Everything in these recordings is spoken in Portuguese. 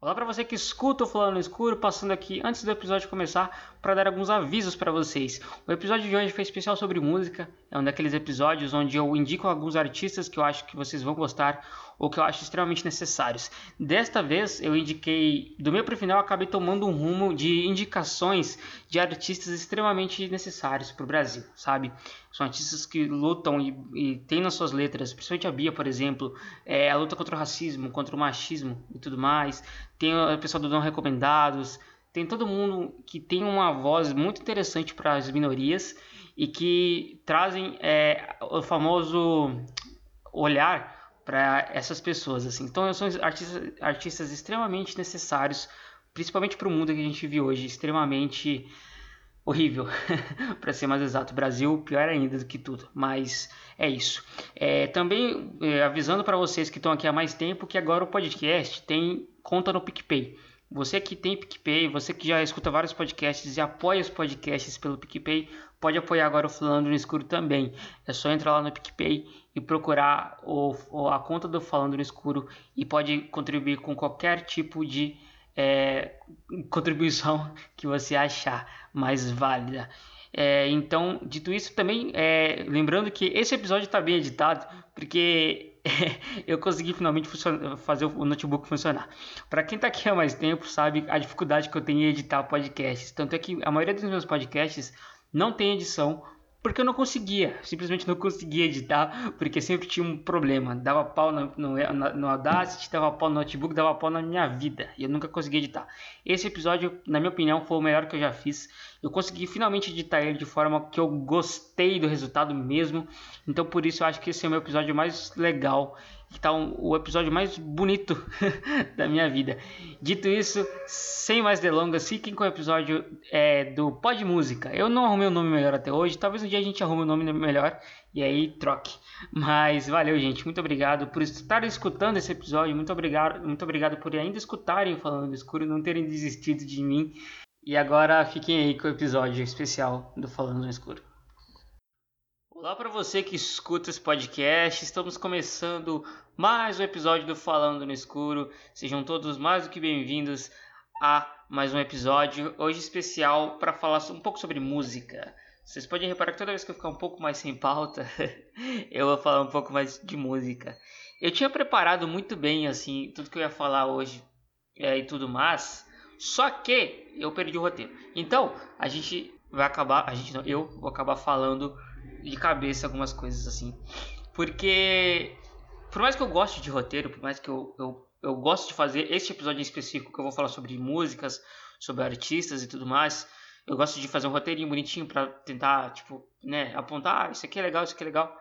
Olá para você que escuta o Falando no Escuro, passando aqui antes do episódio começar para dar alguns avisos para vocês. O episódio de hoje foi especial sobre música, é um daqueles episódios onde eu indico alguns artistas que eu acho que vocês vão gostar ou que eu acho extremamente necessários. Desta vez eu indiquei, do meio para o final, eu acabei tomando um rumo de indicações de artistas extremamente necessários para o Brasil, sabe? São artistas que lutam e têm nas suas letras, principalmente a Bia, por exemplo, a luta contra o racismo, contra o machismo e tudo mais. Tem o pessoal do Não Recomendados, tem todo mundo que tem uma voz muito interessante para as minorias e que trazem o famoso olhar para essas pessoas, assim. Então são artistas extremamente necessários, principalmente para o mundo que a gente vive hoje, extremamente horrível, para ser mais exato. Brasil, pior ainda do que tudo, mas é isso. Também avisando para vocês que estão aqui há mais tempo que agora o podcast tem conta no PicPay. Você que tem PicPay, você que já escuta vários podcasts e apoia os podcasts pelo PicPay, pode apoiar agora o Falando no Escuro também. É só entrar lá no PicPay e procurar a conta do Falando no Escuro e pode contribuir com qualquer tipo de contribuição que você achar mais válida. Então, dito isso, também lembrando que esse episódio está bem editado, porque eu consegui finalmente fazer o notebook funcionar. Para quem está aqui há mais tempo, sabe a dificuldade que eu tenho em editar podcasts. Tanto é que a maioria dos meus podcasts não tem edição, porque eu não conseguia, simplesmente não conseguia editar, porque sempre tinha um problema. Dava pau no Audacity, dava pau no notebook, dava pau na minha vida. E eu nunca conseguia editar. Esse episódio, na minha opinião, foi o melhor que eu já fiz. Eu consegui finalmente editar ele de forma que eu gostei do resultado mesmo. Então por isso eu acho que esse é o meu episódio mais legal. Que tá o episódio mais bonito da minha vida. Dito isso, sem mais delongas, fiquem com o episódio do Pod Música. Eu não arrumei um nome melhor até hoje, talvez um dia a gente arrume um nome melhor e aí troque. Mas valeu, gente, muito obrigado por estarem escutando esse episódio, muito obrigado por ainda escutarem Falando no Escuro, não terem desistido de mim. E agora fiquem aí com o episódio especial do Falando no Escuro. Olá para você que escuta esse podcast, estamos começando mais um episódio do Falando no Escuro. Sejam todos mais do que bem-vindos a mais um episódio, hoje especial para falar um pouco sobre música. Vocês podem reparar que toda vez que eu ficar um pouco mais sem pauta, eu vou falar um pouco mais de música. Eu tinha preparado muito bem assim tudo que eu ia falar hoje e tudo mais, só que eu perdi o roteiro. Então eu vou acabar falando de cabeça algumas coisas assim, porque por mais que eu goste de roteiro, por mais que eu gosto de fazer este episódio em específico que eu vou falar sobre músicas, sobre artistas e tudo mais, eu gosto de fazer um roteirinho bonitinho para tentar, apontar, isso aqui é legal, isso aqui é legal,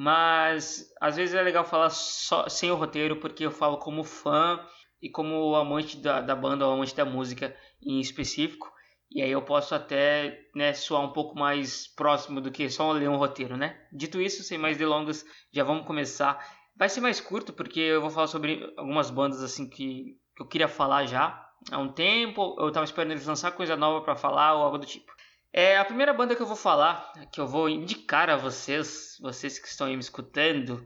mas às vezes é legal falar só sem o roteiro, porque eu falo como fã e como amante da banda ou amante da música em específico. E aí eu posso até soar um pouco mais próximo do que só ler um roteiro, né? Dito isso, sem mais delongas, já vamos começar. Vai ser mais curto, porque eu vou falar sobre algumas bandas assim que eu queria falar já há um tempo. Eu tava esperando eles lançar coisa nova para falar ou algo do tipo. A primeira banda que eu vou falar, que eu vou indicar a vocês que estão aí me escutando,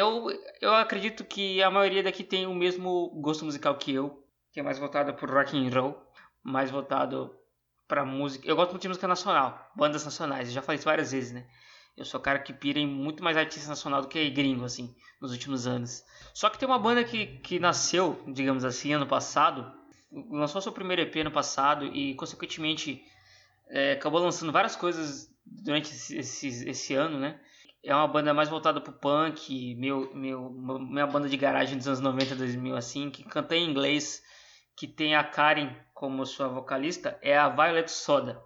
eu acredito que a maioria daqui tem o mesmo gosto musical que eu, que é mais voltado por rock and roll, mais voltado pra música. Eu gosto muito de música nacional, bandas nacionais, eu já falei isso várias vezes, né? Eu sou o cara que pira em muito mais artista nacional do que gringo, assim, nos últimos anos. Só que tem uma banda que nasceu, digamos assim, ano passado, lançou seu primeiro EP ano passado e, consequentemente, acabou lançando várias coisas durante esse ano, né? É uma banda mais voltada pro punk, minha banda de garagem dos anos 90, 2000, assim, que canta em inglês, que tem a Karen como sua vocalista, é a Violet Soda.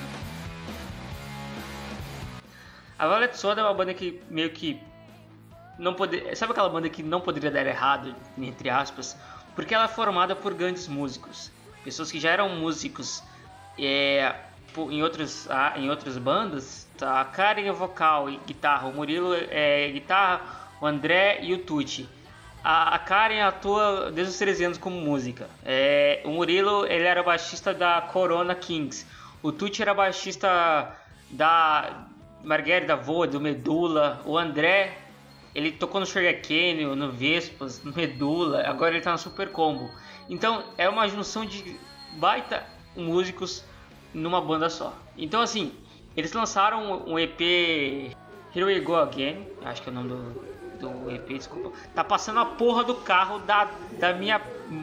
A Violet Soda é uma banda que meio que Sabe aquela banda que não poderia dar errado, entre aspas? Porque ela é formada por grandes músicos. Pessoas que já eram músicos tipo, em outras bandas. Tá? A Karen é vocal e guitarra, o Murilo é guitarra, o André e o Tucci. A Karen atua desde os 13 anos como música. O Murilo ele era baixista da Corona Kings. O Tucci era baixista da Margarida Voa, do Medula. O André ele tocou no Sugarcane, no Vespas, no Medula. Agora ele tá no Super Combo. Então é uma junção de baita músicos numa banda só. Então assim, eles lançaram um EP Here We Go Again, acho que é o nome do EP, desculpa. Tá passando a porra do carro da minha...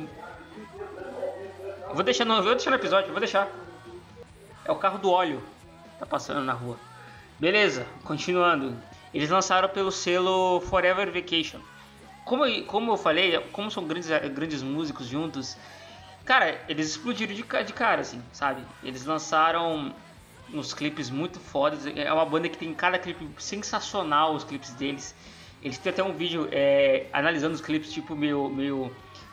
Eu vou deixar no episódio, vou deixar. É o carro do óleo, tá passando na rua. Beleza, continuando. Eles lançaram pelo selo Forever Vacation. Como eu falei, como são grandes músicos juntos, cara, eles explodiram de cara, assim, sabe? Eles lançaram uns clipes muito fodas. É uma banda que tem cada clipe sensacional, os clipes deles. Eles têm até um vídeo analisando os clipes, tipo, meio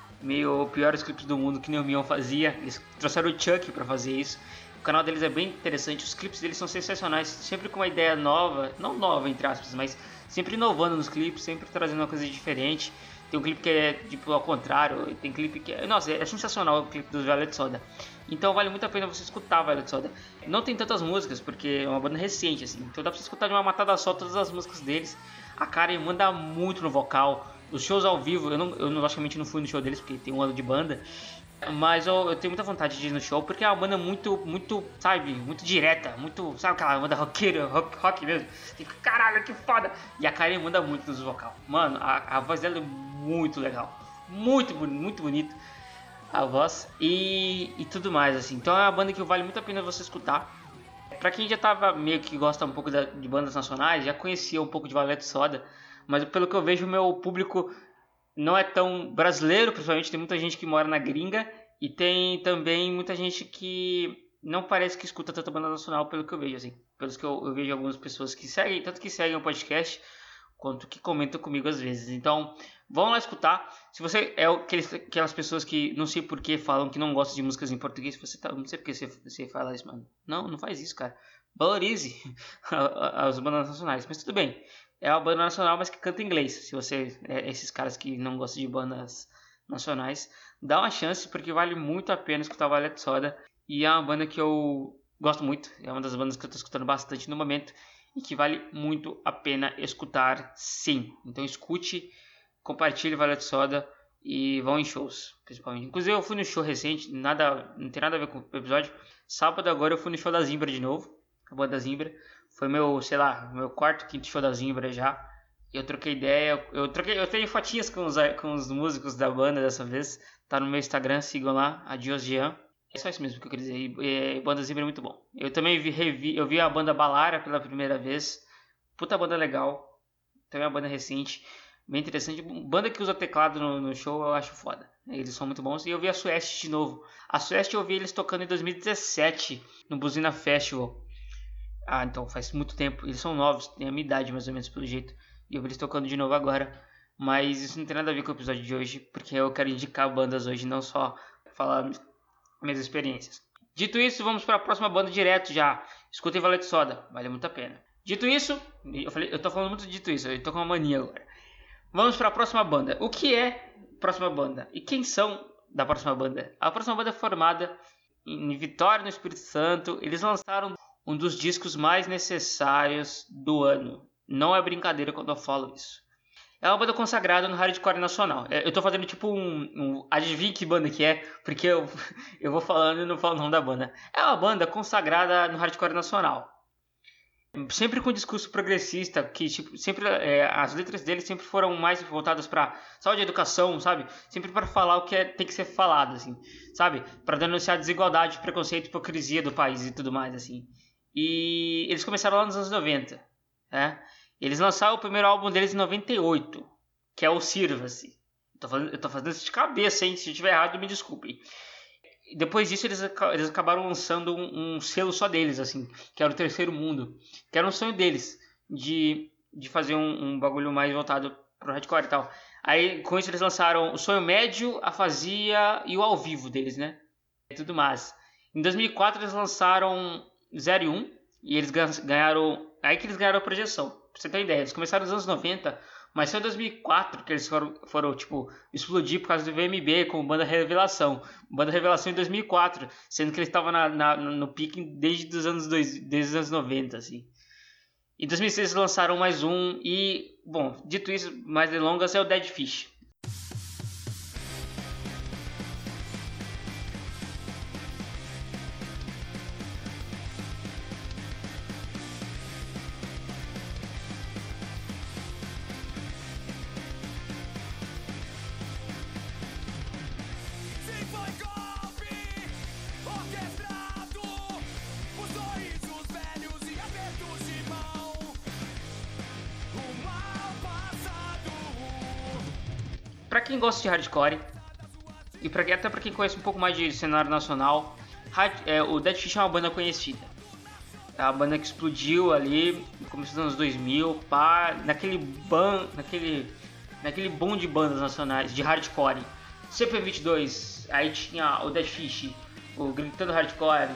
piores clipes do mundo que nem o Mion fazia. Eles trouxeram o Chuck pra fazer isso. O canal deles é bem interessante, os clipes deles são sensacionais, sempre com uma ideia nova, não nova entre aspas, mas sempre inovando nos clipes, sempre trazendo uma coisa diferente. Tem um clipe que é tipo ao contrário, tem clipe que é... Nossa, é sensacional o clipe do Violet Soda. Então vale muito a pena você escutar Violet Soda. Não tem tantas músicas, porque é uma banda recente, assim, então dá pra você escutar de uma matada só todas as músicas deles. A Karen manda muito no vocal, os shows ao vivo, eu logicamente não fui no show deles, porque tem um ano de banda. Mas eu tenho muita vontade de ir no show, porque é uma banda muito, sabe, muito direta, muito, sabe aquela banda roqueira, rock mesmo. Fica, caralho, que foda! E a Karen manda muito nos vocal. Mano, a voz dela é muito legal. Muito bonito a voz e tudo mais, assim. Então é uma banda que vale muito a pena você escutar. Pra quem já tava meio que gosta um pouco de bandas nacionais, já conhecia um pouco de Violet Soda, mas pelo que eu vejo, o meu público não é tão brasileiro, principalmente tem muita gente que mora na gringa e tem também muita gente que não parece que escuta tanta banda nacional, pelo que eu vejo, assim. Pelos que eu vejo algumas pessoas que seguem, tanto que seguem o podcast, quanto que comentam comigo às vezes. Então, vão lá escutar. Se você é aquelas pessoas que não sei por que falam que não gostam de músicas em português, não sei por que você fala isso, mano. Não faz isso, cara. Valorize as bandas nacionais, mas tudo bem. É uma banda nacional, mas que canta em inglês. Se você esses caras que não gostam de bandas nacionais, dá uma chance, porque vale muito a pena escutar o Violet Soda. E é uma banda que eu gosto muito. É uma das bandas que eu estou escutando bastante no momento e que vale muito a pena escutar, sim. Então escute, compartilhe Violet Soda e vão em shows, principalmente. Inclusive eu fui no show recente, não tem nada a ver com o episódio. Sábado agora eu fui no show da Zimbra de novo, a banda Zimbra. Foi meu, sei lá, meu quarto, quinto show da Zimbra já. Eu troquei ideia, eu tenho fotinhas com os músicos da banda dessa vez. Tá no meu Instagram, sigam lá, Adios Jean. É só isso mesmo que eu queria dizer. E banda Zimbra é muito bom. Eu também vi a banda Balara pela primeira vez. Puta banda legal. Também é uma banda recente, bem interessante. Banda que usa teclado no show eu acho foda. Eles são muito bons. E eu vi a Sueste de novo. A Sueste eu vi eles tocando em 2017 no Buzina Festival. Ah, então faz muito tempo. Eles são novos, têm a minha idade mais ou menos pelo jeito. E eu vi eles tocando de novo agora. Mas isso não tem nada a ver com o episódio de hoje, porque eu quero indicar bandas hoje, não só falar minhas experiências. Dito isso, vamos para a próxima banda direto já. Escutem Violet Soda, vale muito a pena. Dito isso, eu tô falando muito dito isso, eu tô com uma mania agora. Vamos para a próxima banda. O que é a próxima banda? E quem são da próxima banda? A próxima banda é formada em Vitória, no Espírito Santo. Eles lançaram um dos discos mais necessários do ano. Não é brincadeira quando eu falo isso. É uma banda consagrada no hardcore nacional. Eu tô fazendo tipo adivinha que banda que é, porque eu vou falando e não falo o nome da banda. É uma banda consagrada no hardcore nacional. Sempre com discurso progressista, que tipo, sempre as letras deles sempre foram mais voltadas para saúde e educação, sabe? Sempre para falar o que tem que ser falado, assim, sabe? Para denunciar a desigualdade, preconceito e hipocrisia do país e tudo mais, assim. E eles começaram lá nos anos 90, né? Eles lançaram o primeiro álbum deles em 98, que é o Sirva-se. Eu tô fazendo isso de cabeça, hein? Se eu estiver errado, me desculpem. Depois disso, eles acabaram lançando um selo só deles, assim, que era o Terceiro Mundo. Que era um sonho deles, de fazer um bagulho mais voltado pro hardcore e tal. Aí com isso eles lançaram o Sonho Médio, Afasia e o Ao Vivo deles, né? E tudo mais. Em 2004 eles lançaram 0 e 1 e eles ganharam. Aí que eles ganharam a projeção. Pra você ter uma ideia, eles começaram nos anos 90, mas só em 2004 que eles foram tipo, explodir por causa do VMB com Banda Revelação. Banda Revelação em 2004, sendo que eles estavam no pique desde os anos 90, assim. Em 2006 eles lançaram mais um e, bom, dito isso, mais delongas é o Dead Fish. Pra quem gosta de hardcore, e até pra quem conhece um pouco mais de cenário nacional, o Dead Fish é uma banda conhecida. É uma banda que explodiu ali no começo dos anos 2000, pá, naquele boom de bandas nacionais de hardcore. CP22, aí tinha o Dead Fish, o Gritando Hardcore,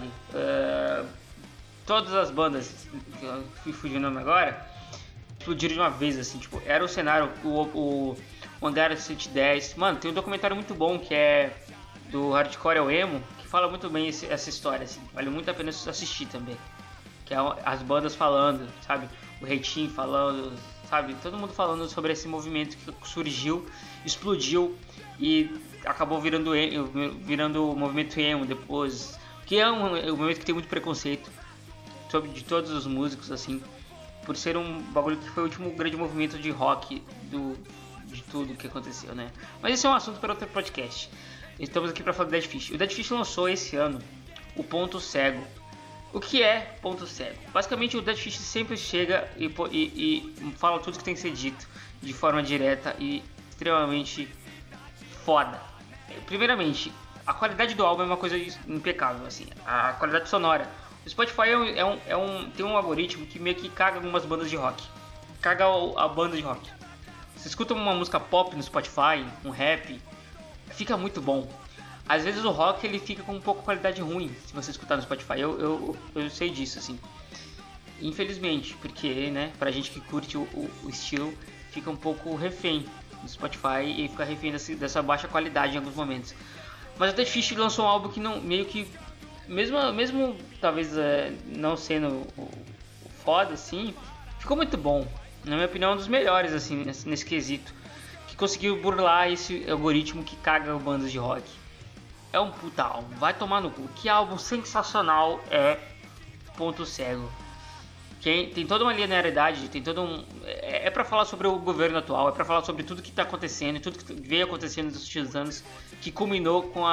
todas as bandas, que eu fui fugindo o nome agora, explodiram de uma vez, assim, tipo, era o cenário, o Andar 110. Mano, tem um documentário muito bom que é do Hardcore ao Emo, que fala muito bem essa história, assim, vale muito a pena assistir também. Que é as bandas falando, sabe? O Reitinho falando, sabe? Todo mundo falando sobre esse movimento que surgiu, explodiu e acabou virando o movimento emo depois. Que é um movimento que tem muito preconceito de todos os músicos, assim, por ser um bagulho que foi o último grande movimento de rock de tudo que aconteceu, né? Mas esse é um assunto para outro podcast. Estamos aqui para falar do Dead Fish. O Dead Fish lançou esse ano o Ponto Cego. O que é Ponto Cego? Basicamente, o Dead Fish sempre chega e fala tudo que tem que ser dito de forma direta e extremamente foda. Primeiramente, a qualidade do álbum é uma coisa impecável, assim, a qualidade sonora. O Spotify tem um algoritmo que meio que caga algumas bandas de rock. Caga a banda de rock. Você escuta uma música pop no Spotify, um rap, fica muito bom. Às vezes o rock ele fica com um pouco de qualidade ruim se você escutar no Spotify. Eu sei disso, assim. Infelizmente, porque, né, pra gente que curte o estilo, fica um pouco refém do Spotify e fica refém dessa baixa qualidade em alguns momentos. Mas o Dead Fish lançou um álbum que não, meio que, mesmo talvez não sendo o foda, assim, ficou muito bom. Na minha opinião, é um dos melhores, assim, nesse quesito. Que conseguiu burlar esse algoritmo que caga bandas de rock. É um puta álbum, vai tomar no cu. Que álbum sensacional é Ponto Cego. Tem toda uma linearidade, tem todo um. É pra falar sobre o governo atual, é pra falar sobre tudo que tá acontecendo, tudo que veio acontecendo nos últimos anos, que culminou com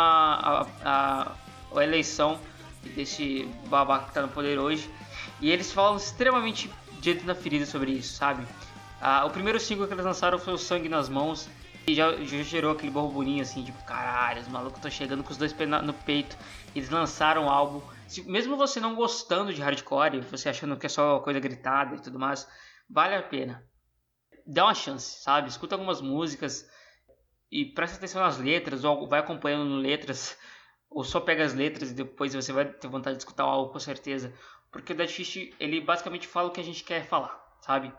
a eleição desse babaca que tá no poder hoje. E eles falam extremamente direto na ferida sobre isso, sabe? O primeiro single que eles lançaram foi o Sangue nas Mãos. E já gerou aquele borburinho assim, tipo, caralho, os malucos estão chegando com os dois pés no peito. Eles lançaram o álbum. Mesmo você não gostando de hardcore, você achando que é só coisa gritada e tudo mais, vale a pena. Dá uma chance, sabe? Escuta algumas músicas e presta atenção nas letras, ou vai acompanhando no letras, ou só pega as letras e depois você vai ter vontade de escutar o álbum com certeza. Porque o Dead Fish, ele basicamente fala o que a gente quer falar, sabe?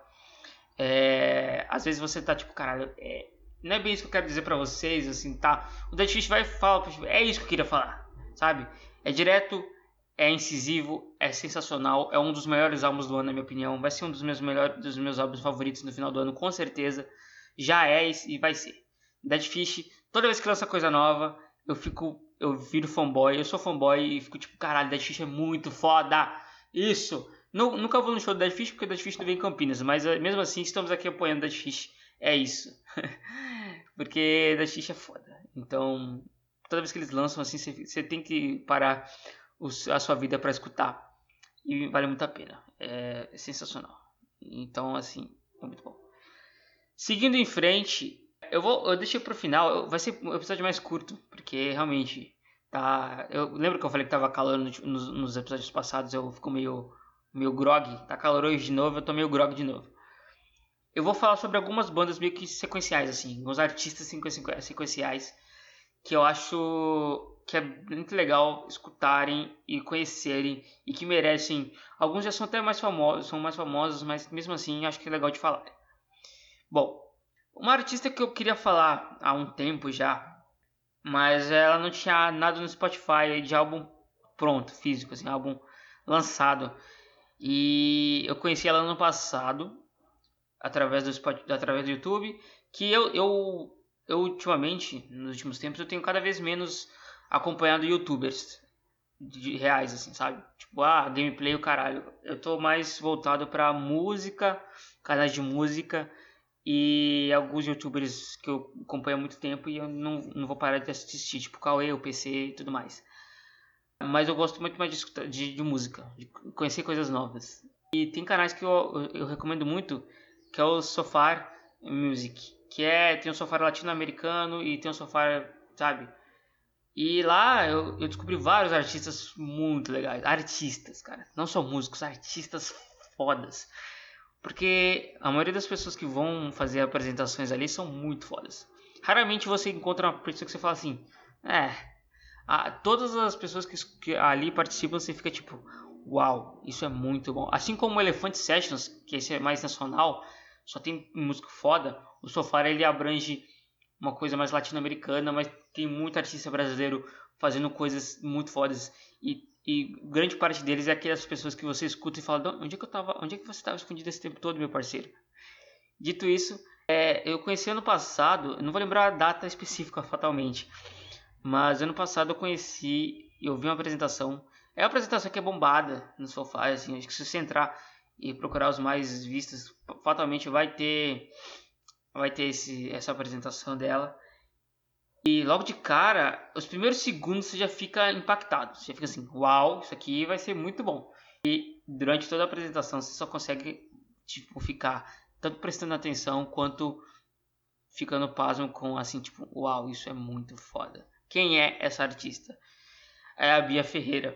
Às vezes você tá tipo, caralho, não é bem isso que eu quero dizer pra vocês, assim, tá? O Dead Fish vai e fala, é isso que eu queria falar, sabe? É direto, é incisivo, é sensacional, é um dos melhores álbuns do ano, na minha opinião. Vai ser um dos meus álbuns favoritos no final do ano, com certeza. Já é e vai ser. Dead Fish, toda vez que lança coisa nova, eu viro fanboy, eu sou fanboy e fico tipo, caralho, Dead Fish é muito foda. Isso! Nunca vou no show do Dead Fish porque o Dead Fish não vem em Campinas, mas mesmo assim estamos aqui apoiando o Dead Fish. É isso. Porque Dead Fish é foda. Então, toda vez que eles lançam assim, você tem que parar a sua vida para escutar. E vale muito a pena. É sensacional. Então, assim, é muito bom. Seguindo em frente, eu deixei pro final. Vai ser um episódio mais curto, porque realmente tá. Eu lembro que eu falei que tava calor nos episódios passados. Eu fico meio grog. Tá calor hoje de novo. Eu tô meio grog de novo. Eu vou falar sobre algumas bandas meio que sequenciais, assim, alguns artistas sequenciais que eu acho que é muito legal escutarem e conhecerem e que merecem. Alguns já são até mais famosos, mas mesmo assim acho que é legal de falar. Bom, uma artista que eu queria falar há um tempo já, mas ela não tinha nada no Spotify de álbum pronto, físico, assim, álbum lançado. E eu conheci ela ano passado através do YouTube, que eu ultimamente, nos últimos tempos, eu tenho cada vez menos acompanhado YouTubers reais, assim, sabe? Tipo, gameplay o caralho. Eu tô mais voltado pra música, canais de música e alguns YouTubers que eu acompanho há muito tempo e eu não vou parar de assistir, tipo Cauê, o PC e tudo mais. Mas eu gosto muito mais de, escutar, de música, de conhecer coisas novas. E tem canais que eu recomendo muito, que é o Sofar Music, tem um sofá latino-americano e tem um sofá, sabe? E lá eu descobri vários artistas muito legais. Artistas, cara. Não só músicos, artistas fodas. Porque a maioria das pessoas que vão fazer apresentações ali são muito fodas. Raramente você encontra uma pessoa que você fala assim, todas as pessoas que ali participam, você fica tipo, uau, isso é muito bom. Assim como o Elephant Sessions, que esse é mais nacional, só tem músico foda. O Sofá ele abrange uma coisa mais latino-americana, mas tem muito artista brasileiro fazendo coisas muito fodas. E grande parte deles é aquelas pessoas que você escuta e fala, onde é que eu tava, onde é que você estava escondido esse tempo todo, meu parceiro? Dito isso, eu conheci ano passado, eu não vou lembrar a data específica fatalmente, mas ano passado eu vi uma apresentação. É uma apresentação que é bombada no sofá, assim, acho que se você entrar e procurar os mais vistos, fatalmente vai ter essa apresentação dela. E logo de cara, os primeiros segundos você já fica impactado. Você já fica assim, uau, isso aqui vai ser muito bom. E durante toda a apresentação você só consegue tipo, ficar tanto prestando atenção quanto ficando pasmo com assim, tipo, uau, isso é muito foda. Quem é essa artista? É a Bia Ferreira.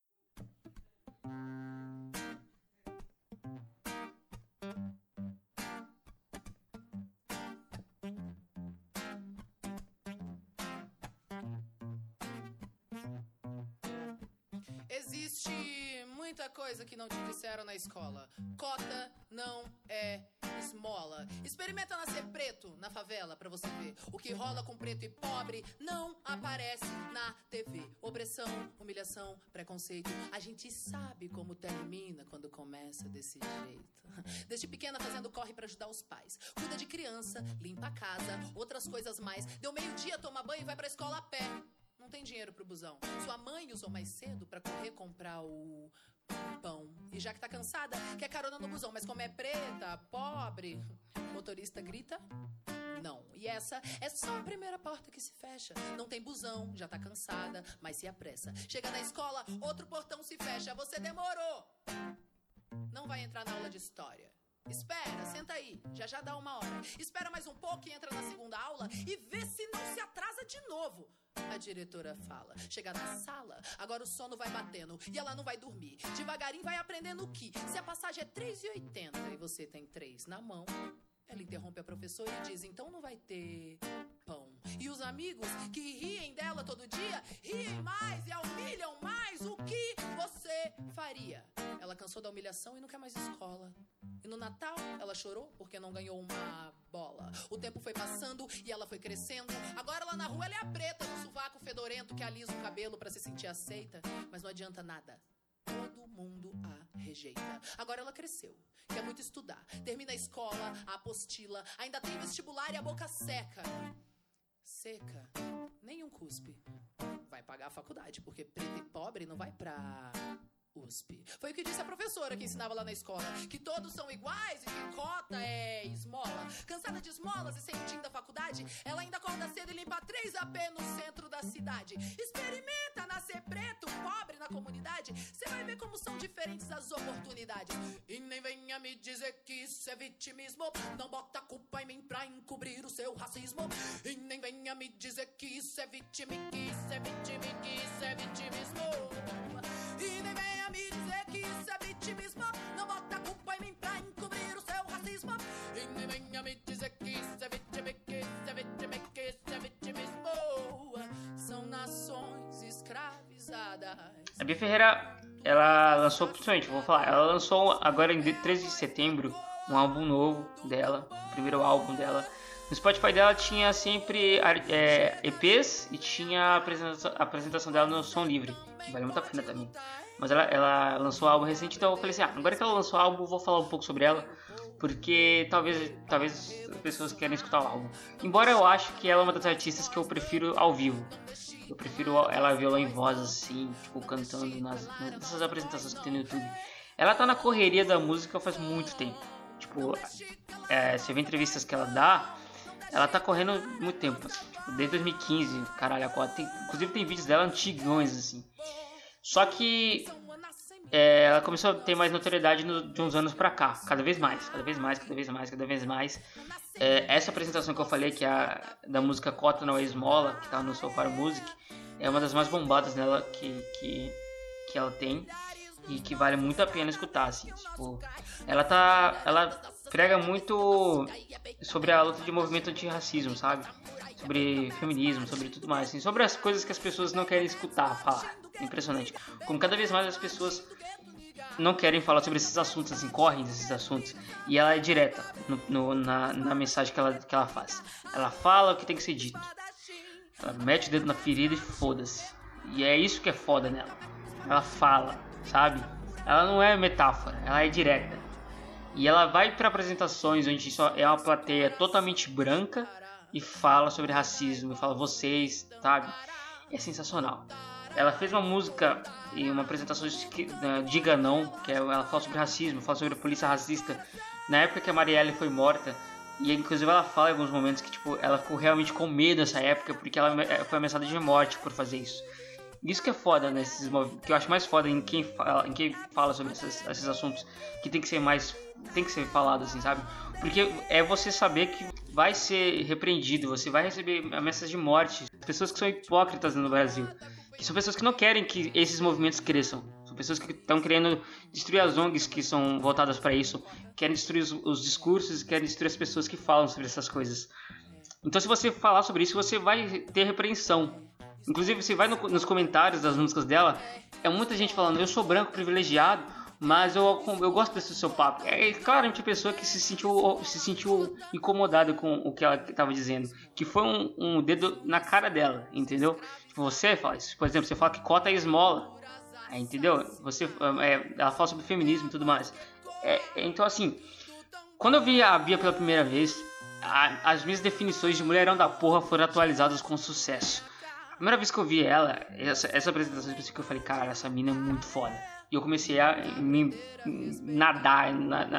Existe muita coisa que não te disseram na escola. Cota não é esmola. Experimenta nascer preto na favela pra você ver. O que rola com preto e pobre não aparece na TV. Opressão, humilhação, preconceito. A gente sabe como termina quando começa desse jeito. Desde pequena fazendo corre pra ajudar os pais. Cuida de criança, limpa a casa, outras coisas mais. Deu meio-dia, toma banho e vai pra escola a pé. Não tem dinheiro pro busão. Sua mãe usou mais cedo pra correr comprar o pão. E já que tá cansada, quer carona no busão. Mas como é preta, pobre, motorista grita não. E essa é só a primeira porta que se fecha. Não tem busão, já tá cansada, mas se apressa. Chega na escola, outro portão se fecha. Você demorou. Não vai entrar na aula de história. Espera, senta aí, já dá uma hora. Espera mais um pouco e entra na segunda aula e vê se não se atrasa de novo. A diretora fala. Chega na sala, agora o sono vai batendo e ela não vai dormir. Devagarinho vai aprendendo que se a passagem é 3,80 e você tem 3 na mão, ela interrompe a professora e diz, então não vai ter pão. E os amigos que riem dela todo dia, riem mais e a humilham mais. O que você faria? Ela cansou da humilhação e não quer mais escola. E no Natal ela chorou porque não ganhou uma bola. O tempo foi passando e ela foi crescendo. Agora lá na rua ela é a preta no sovaco fedorento que alisa o cabelo pra se sentir aceita. Mas não adianta nada. Todo mundo a rejeita. Agora ela cresceu, quer muito estudar. Termina a escola, a apostila. Ainda tem vestibular e a boca seca. Seca, nenhum cuspe. Vai pagar a faculdade, porque preto e pobre não vai pra USP. Foi o que disse a professora que ensinava lá na escola, que todos são iguais e que cota é esmola. Cansada de esmolas e sentindo a faculdade, ela ainda acorda cedo e limpa 3 AP no centro da cidade. Experimenta nascer preto, pobre na comunidade, você vai ver como são diferentes as oportunidades. E nem venha me dizer que isso é vitimismo, não bota a culpa em mim pra encobrir o seu racismo. E nem venha me dizer que isso é vitimismo, que isso é vitimismo, que isso é vitimismo. E nem venha me dizer que isso é vitimismo, não bota a culpa em mim pra encobrir o seu racismo. E venha me dizer que isso é vítima, que isso é vítima, que isso é vitimismo. São nações escravizadas. A Bia Ferreira, ela lançou, principalmente, vou falar, ela lançou agora em 13 de setembro um álbum novo dela, o primeiro álbum dela. No Spotify dela tinha sempre EPs e tinha a apresentação dela no Som Livre, que vale muito a pena também. Mas ela lançou um álbum recente, então eu falei assim, agora que ela lançou o álbum, eu vou falar um pouco sobre ela, porque talvez as pessoas querem escutar o álbum. Embora eu acho que ela é uma das artistas que eu prefiro ao vivo. Eu prefiro ela violão em voz, assim, tipo, cantando nessas apresentações que tem no YouTube. Ela tá na correria da música faz muito tempo. Tipo, você vê entrevistas que ela dá, ela tá correndo muito tempo. Tipo, desde 2015, caralho, inclusive tem vídeos dela antigões, assim. Só que ela começou a ter mais notoriedade de uns anos pra cá, cada vez mais. Essa apresentação que eu falei, que é da música Cota Não É Esmola, que tá no Sofar Music, é uma das mais bombadas dela que ela tem e que vale muito a pena escutar, assim. Tipo, ela prega muito sobre a luta de movimento antirracismo, sabe? Sobre feminismo, sobre tudo mais, assim, sobre as coisas que as pessoas não querem escutar falar. Impressionante. Como cada vez mais as pessoas não querem falar sobre esses assuntos, assim, correm desses assuntos. E ela é direta na mensagem que ela faz. Ela fala o que tem que ser dito. Ela mete o dedo na ferida e foda-se. E é isso que é foda nela. Ela fala, sabe? Ela não é metáfora, ela é direta. E ela vai para apresentações onde só é uma plateia totalmente branca e fala sobre racismo, e fala vocês, sabe? É sensacional. Ela fez uma música e uma apresentação de Diga Não, que ela fala sobre racismo, fala sobre a polícia racista. Na época que a Marielle foi morta, e inclusive ela fala em alguns momentos que tipo, ela ficou realmente com medo nessa época, porque ela foi ameaçada de morte por fazer isso. Isso que é foda nesses movimentos, que eu acho mais foda em quem fala sobre esses assuntos, que tem que ser falado assim, sabe? Porque é você saber que vai ser repreendido, você vai receber ameaças de morte. Pessoas que são hipócritas no Brasil, que são pessoas que não querem que esses movimentos cresçam. São pessoas que estão querendo destruir as ONGs que são voltadas para isso, querem destruir os discursos, querem destruir as pessoas que falam sobre essas coisas. Então se você falar sobre isso, você vai ter repreensão. Inclusive, você vai nos comentários das músicas dela, é muita gente falando, eu sou branco privilegiado, mas eu gosto desse seu papo. É claramente a pessoa que se sentiu incomodada com o que ela estava dizendo, que foi um dedo na cara dela, entendeu? Tipo, você fala isso, por exemplo, você fala que cota é esmola, entendeu? Ela fala sobre feminismo e tudo mais. Então, assim, quando eu vi a Bia pela primeira vez, as minhas definições de mulherão da porra foram atualizadas com sucesso. A primeira vez que eu vi ela, essa apresentação específica, eu falei, cara, essa mina é muito foda. E eu comecei a me nadar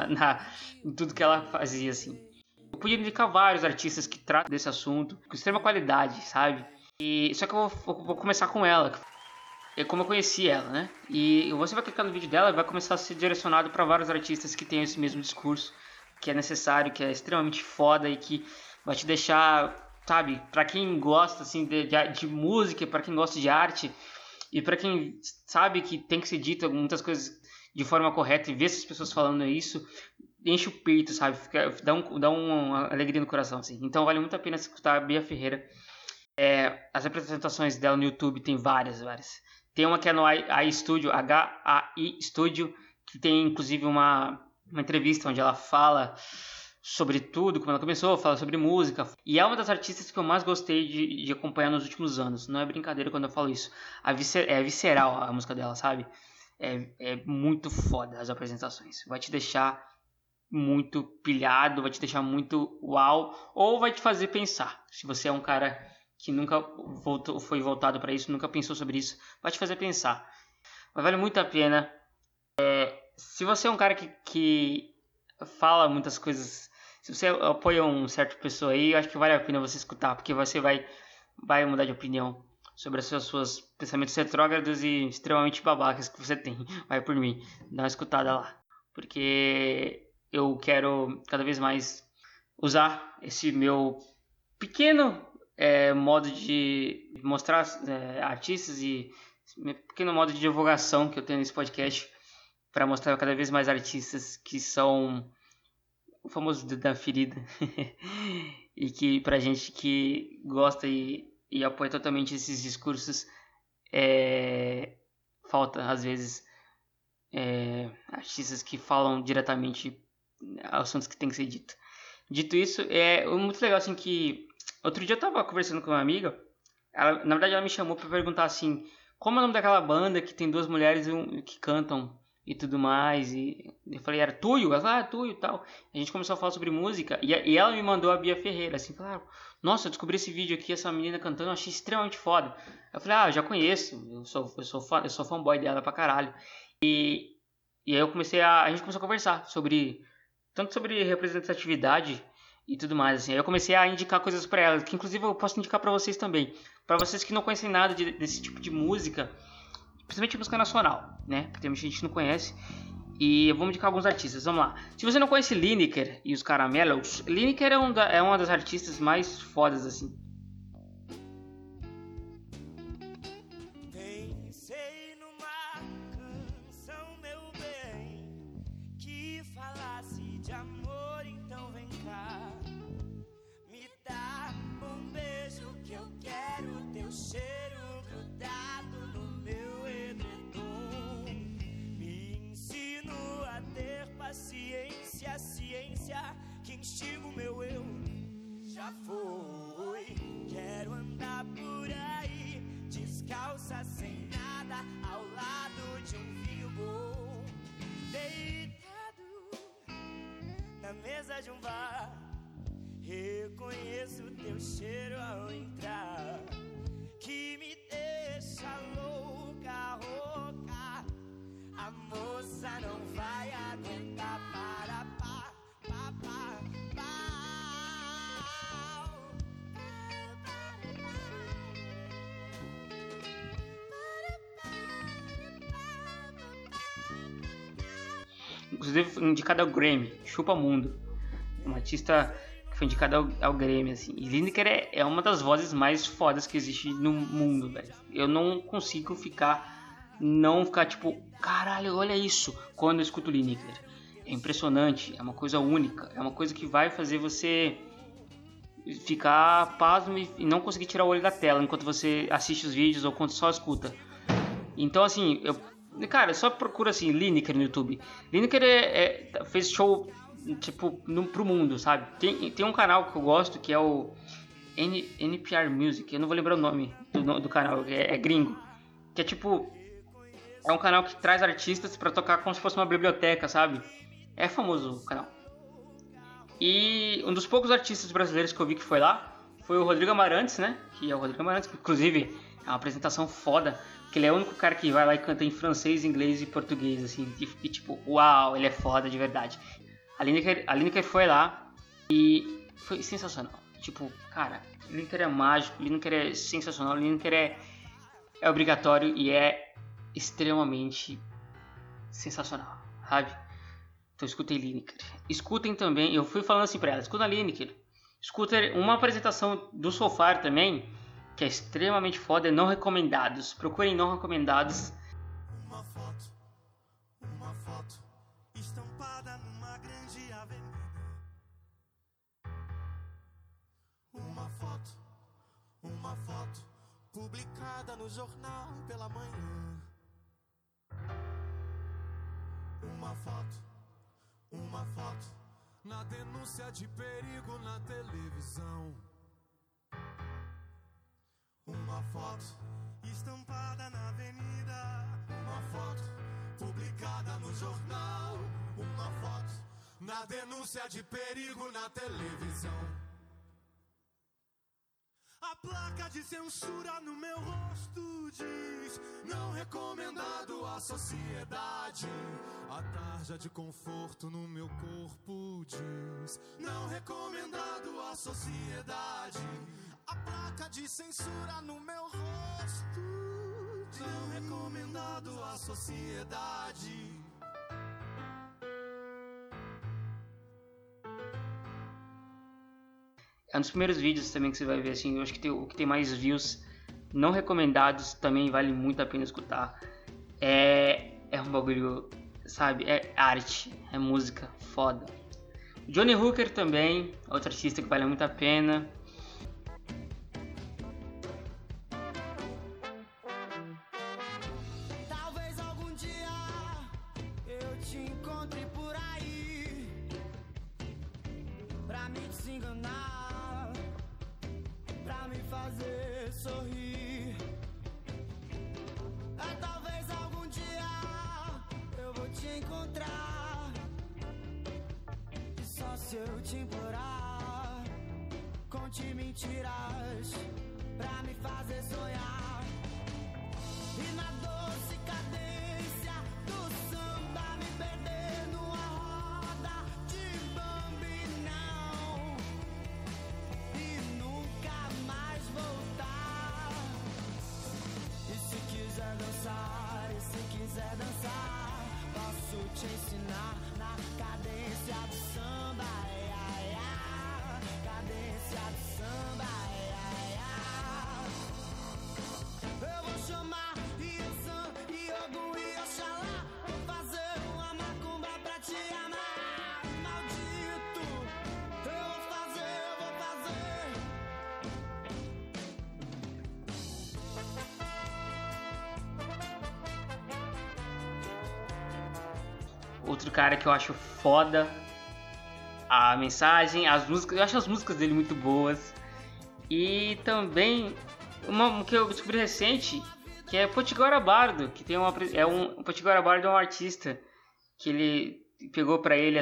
em tudo que ela fazia, assim. Eu podia indicar vários artistas que tratam desse assunto com extrema qualidade, sabe? Só que eu vou começar com ela. É como eu conheci ela, né? E você vai clicar no vídeo dela e vai começar a ser direcionado para vários artistas que têm esse mesmo discurso, que é necessário, que é extremamente foda e que vai te deixar... Sabe, pra quem gosta assim, de música, pra quem gosta de arte e pra quem sabe que tem que ser dito muitas coisas de forma correta e ver essas pessoas falando isso, enche o peito, sabe? Dá uma alegria no coração, assim. Então vale muito a pena escutar a Bia Ferreira. As apresentações dela no YouTube tem várias. Tem uma que é no AI Studio, HAI Studio, que tem inclusive uma entrevista onde ela fala sobre tudo, como ela começou, fala sobre música. E é uma das artistas que eu mais gostei de acompanhar nos últimos anos. Não é brincadeira quando eu falo isso. É visceral a música dela, sabe? É muito foda as apresentações. Vai te deixar muito pilhado, vai te deixar muito uau, ou vai te fazer pensar. Se você é um cara que nunca foi voltado para isso, nunca pensou sobre isso, vai te fazer pensar. Mas vale muito a pena. Se você é um cara que fala muitas coisas... Se você apoia um certo pessoa aí, eu acho que vale a pena você escutar, porque você vai mudar de opinião sobre os seus pensamentos retrógrados e extremamente babacas que você tem. Vai por mim, dá uma escutada lá. Porque eu quero cada vez mais usar esse meu pequeno modo de mostrar artistas e meu pequeno modo de divulgação que eu tenho nesse podcast para mostrar cada vez mais artistas que são o famoso dedo da ferida. E que pra gente que gosta e apoia totalmente esses discursos, falta às vezes artistas que falam diretamente assuntos que tem que ser dito. Dito isso, é muito legal assim que outro dia eu tava conversando com uma amiga, na verdade ela me chamou pra perguntar assim, como é o nome daquela banda que tem duas mulheres que cantam e tudo mais, e eu falei, era Tuyo? Ela falou, Tuyo e tal. A gente começou a falar sobre música e ela me mandou a Bia Ferreira, assim, claro, nossa, eu descobri esse vídeo aqui, essa menina cantando, eu achei extremamente foda. Eu falei, eu já conheço, eu sou fanboy dela pra caralho. E aí a gente começou a conversar tanto sobre representatividade e tudo mais, assim. Aí eu comecei a indicar coisas pra ela, que inclusive eu posso indicar pra vocês também. Pra vocês que não conhecem nada desse tipo de música, principalmente música nacional, né? Porque tem muita gente que não conhece. E eu vou indicar alguns artistas, vamos lá. Se você não conhece Lineker e os Caramelos, Lineker é uma das artistas mais fodas, assim. Pensei numa canção, meu bem, que falasse de amor, então vem cá. Me dá um beijo que eu quero, teu cheiro grudado no meu edredom. Me ensino a ter paciência, ciência que instiga o meu eu. Já foi, quero andar por aí, descalça, sem nada, ao lado de um vinho bom, deitado na mesa de um bar. Reconheço teu cheiro ao entrar, que me deixa louca, rouca. A moça não vai aguentar, para, pá, pá, pá, pá. Inclusive foi indicada ao Grammy, Chupa Mundo. Uma artista que foi indicada ao Grammy, assim. E Lineker é uma das vozes mais fodas que existe no mundo, velho. Eu não consigo não ficar tipo, caralho, olha isso, quando eu escuto Lineker. É impressionante, é uma coisa única, é uma coisa que vai fazer você ficar pasmo e não conseguir tirar o olho da tela enquanto você assiste os vídeos ou quando só escuta. Então, assim, cara, só procura assim, Lineker no YouTube. Lineker fez show, tipo, pro mundo, sabe? Tem um canal que eu gosto que é o NPR Music, eu não vou lembrar o nome do canal, é gringo. Que é tipo, é um canal que traz artistas pra tocar como se fosse uma biblioteca, sabe? É famoso o canal. E um dos poucos artistas brasileiros que eu vi que foi lá foi o Rodrigo Amarantes, né? Que é o Rodrigo Amarantes, que inclusive é uma apresentação foda. Que ele é o único cara que vai lá e canta em francês, inglês e português, assim. E tipo, uau, ele é foda de verdade. A Lineker foi lá e foi sensacional. Tipo, cara, Lineker é mágico, Lineker é sensacional, Lineker é obrigatório e é extremamente sensacional, sabe? Então escutem Lineker. Escutem também, eu fui falando assim pra ela, escuta Lineker. Escuta uma apresentação do Soulfire também, que é extremamente foda, é Não Recomendados. Procurem Não Recomendados. Uma foto estampada numa grande avenida. Uma foto publicada no jornal pela manhã. Uma foto na denúncia de perigo na televisão. Uma foto estampada na avenida. Uma foto publicada no jornal. Uma foto na denúncia de perigo na televisão. A placa de censura no meu rosto diz: não recomendado à sociedade. A tarja de conforto no meu corpo diz: não recomendado à sociedade. A placa de censura no meu rosto diz: não recomendado à sociedade. É um dos primeiros vídeos também que você vai ver, assim, eu acho que o que tem mais views não recomendados também vale muito a pena escutar. É um bagulho, sabe, é arte, é música foda. Johnny Hooker também, outro artista que vale muito a pena. Talvez algum dia eu te encontre por aí pra me desenganar, pra me fazer sorrir. Talvez algum dia eu vou te encontrar, e só se eu te implorar, conte mentiras pra me fazer sonhar. E na doce cadência do samba me perder numa roda de bambinão e nunca mais voltar. E se quiser dançar, posso te ensinar na cadência do samba, ai, ai, ai. Cadência do samba, ai, ai, ai. Eu vou chamar Iansã, Iogun e Oxalá, vou fazer uma macumba pra te amar, maldito. Eu vou fazer. Outro cara que eu acho foda a mensagem, as músicas, eu acho as músicas dele muito boas. E também uma que eu descobri recente, que é Potiguara Bardo, que tem o Potiguara Bardo é um artista que ele pegou pra ele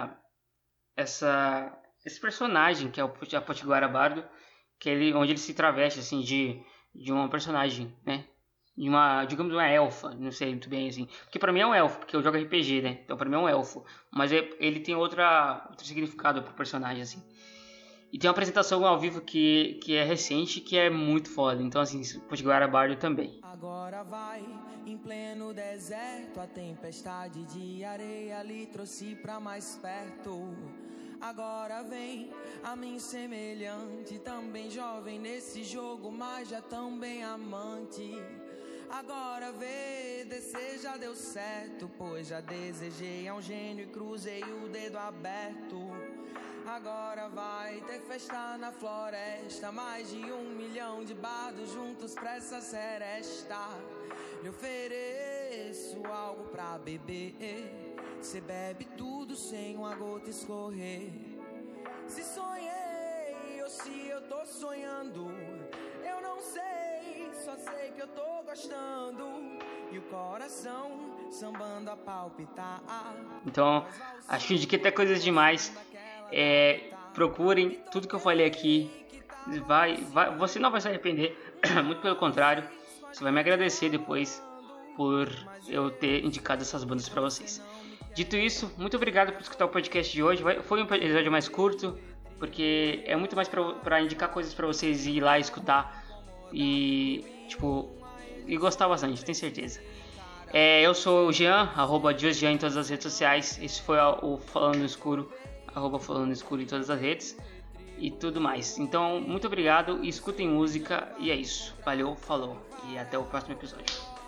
esse personagem que é a Potiguara Bardo, onde ele se traveste assim de uma personagem, né? Digamos uma elfa, não sei muito bem assim, porque pra mim é um elfo, porque eu jogo RPG, né? Então pra mim é um elfo, mas ele tem outro significado pro personagem assim. E tem uma apresentação ao vivo que é recente, que é muito foda. Então assim, Potiguara Bardo também. Agora vai, em pleno deserto, a tempestade de areia lhe trouxe pra mais perto. Agora vem a mim semelhante, também jovem nesse jogo, mas já tão bem amante. Agora vê, descer já deu certo, pois já desejei a um gênio e cruzei o dedo aberto. Agora vai ter festa na floresta, mais de 1 milhão de bardos juntos pra essa seresta. Lhe ofereço algo pra beber, cê bebe tudo sem uma gota escorrer. Se sonhei ou se eu tô sonhando, eu não sei, só sei que eu tô gostando. E o coração sambando a palpitar. Então, acho que indiquei até coisas demais. Procurem tudo que eu falei aqui. Você não vai se arrepender. Muito pelo contrário, você vai me agradecer depois por eu ter indicado essas bandas para vocês. Dito isso, muito obrigado por escutar o podcast de hoje. Foi um episódio mais curto, porque é muito mais para indicar coisas para vocês ir lá escutar e gostar bastante, tenho certeza. Eu sou o Jean, @JosJean em todas as redes sociais. Esse foi o Falando no Escuro, @Falando no Escuro em todas as redes e tudo mais. Então, muito obrigado, escutem música e é isso. Valeu, falou e até o próximo episódio.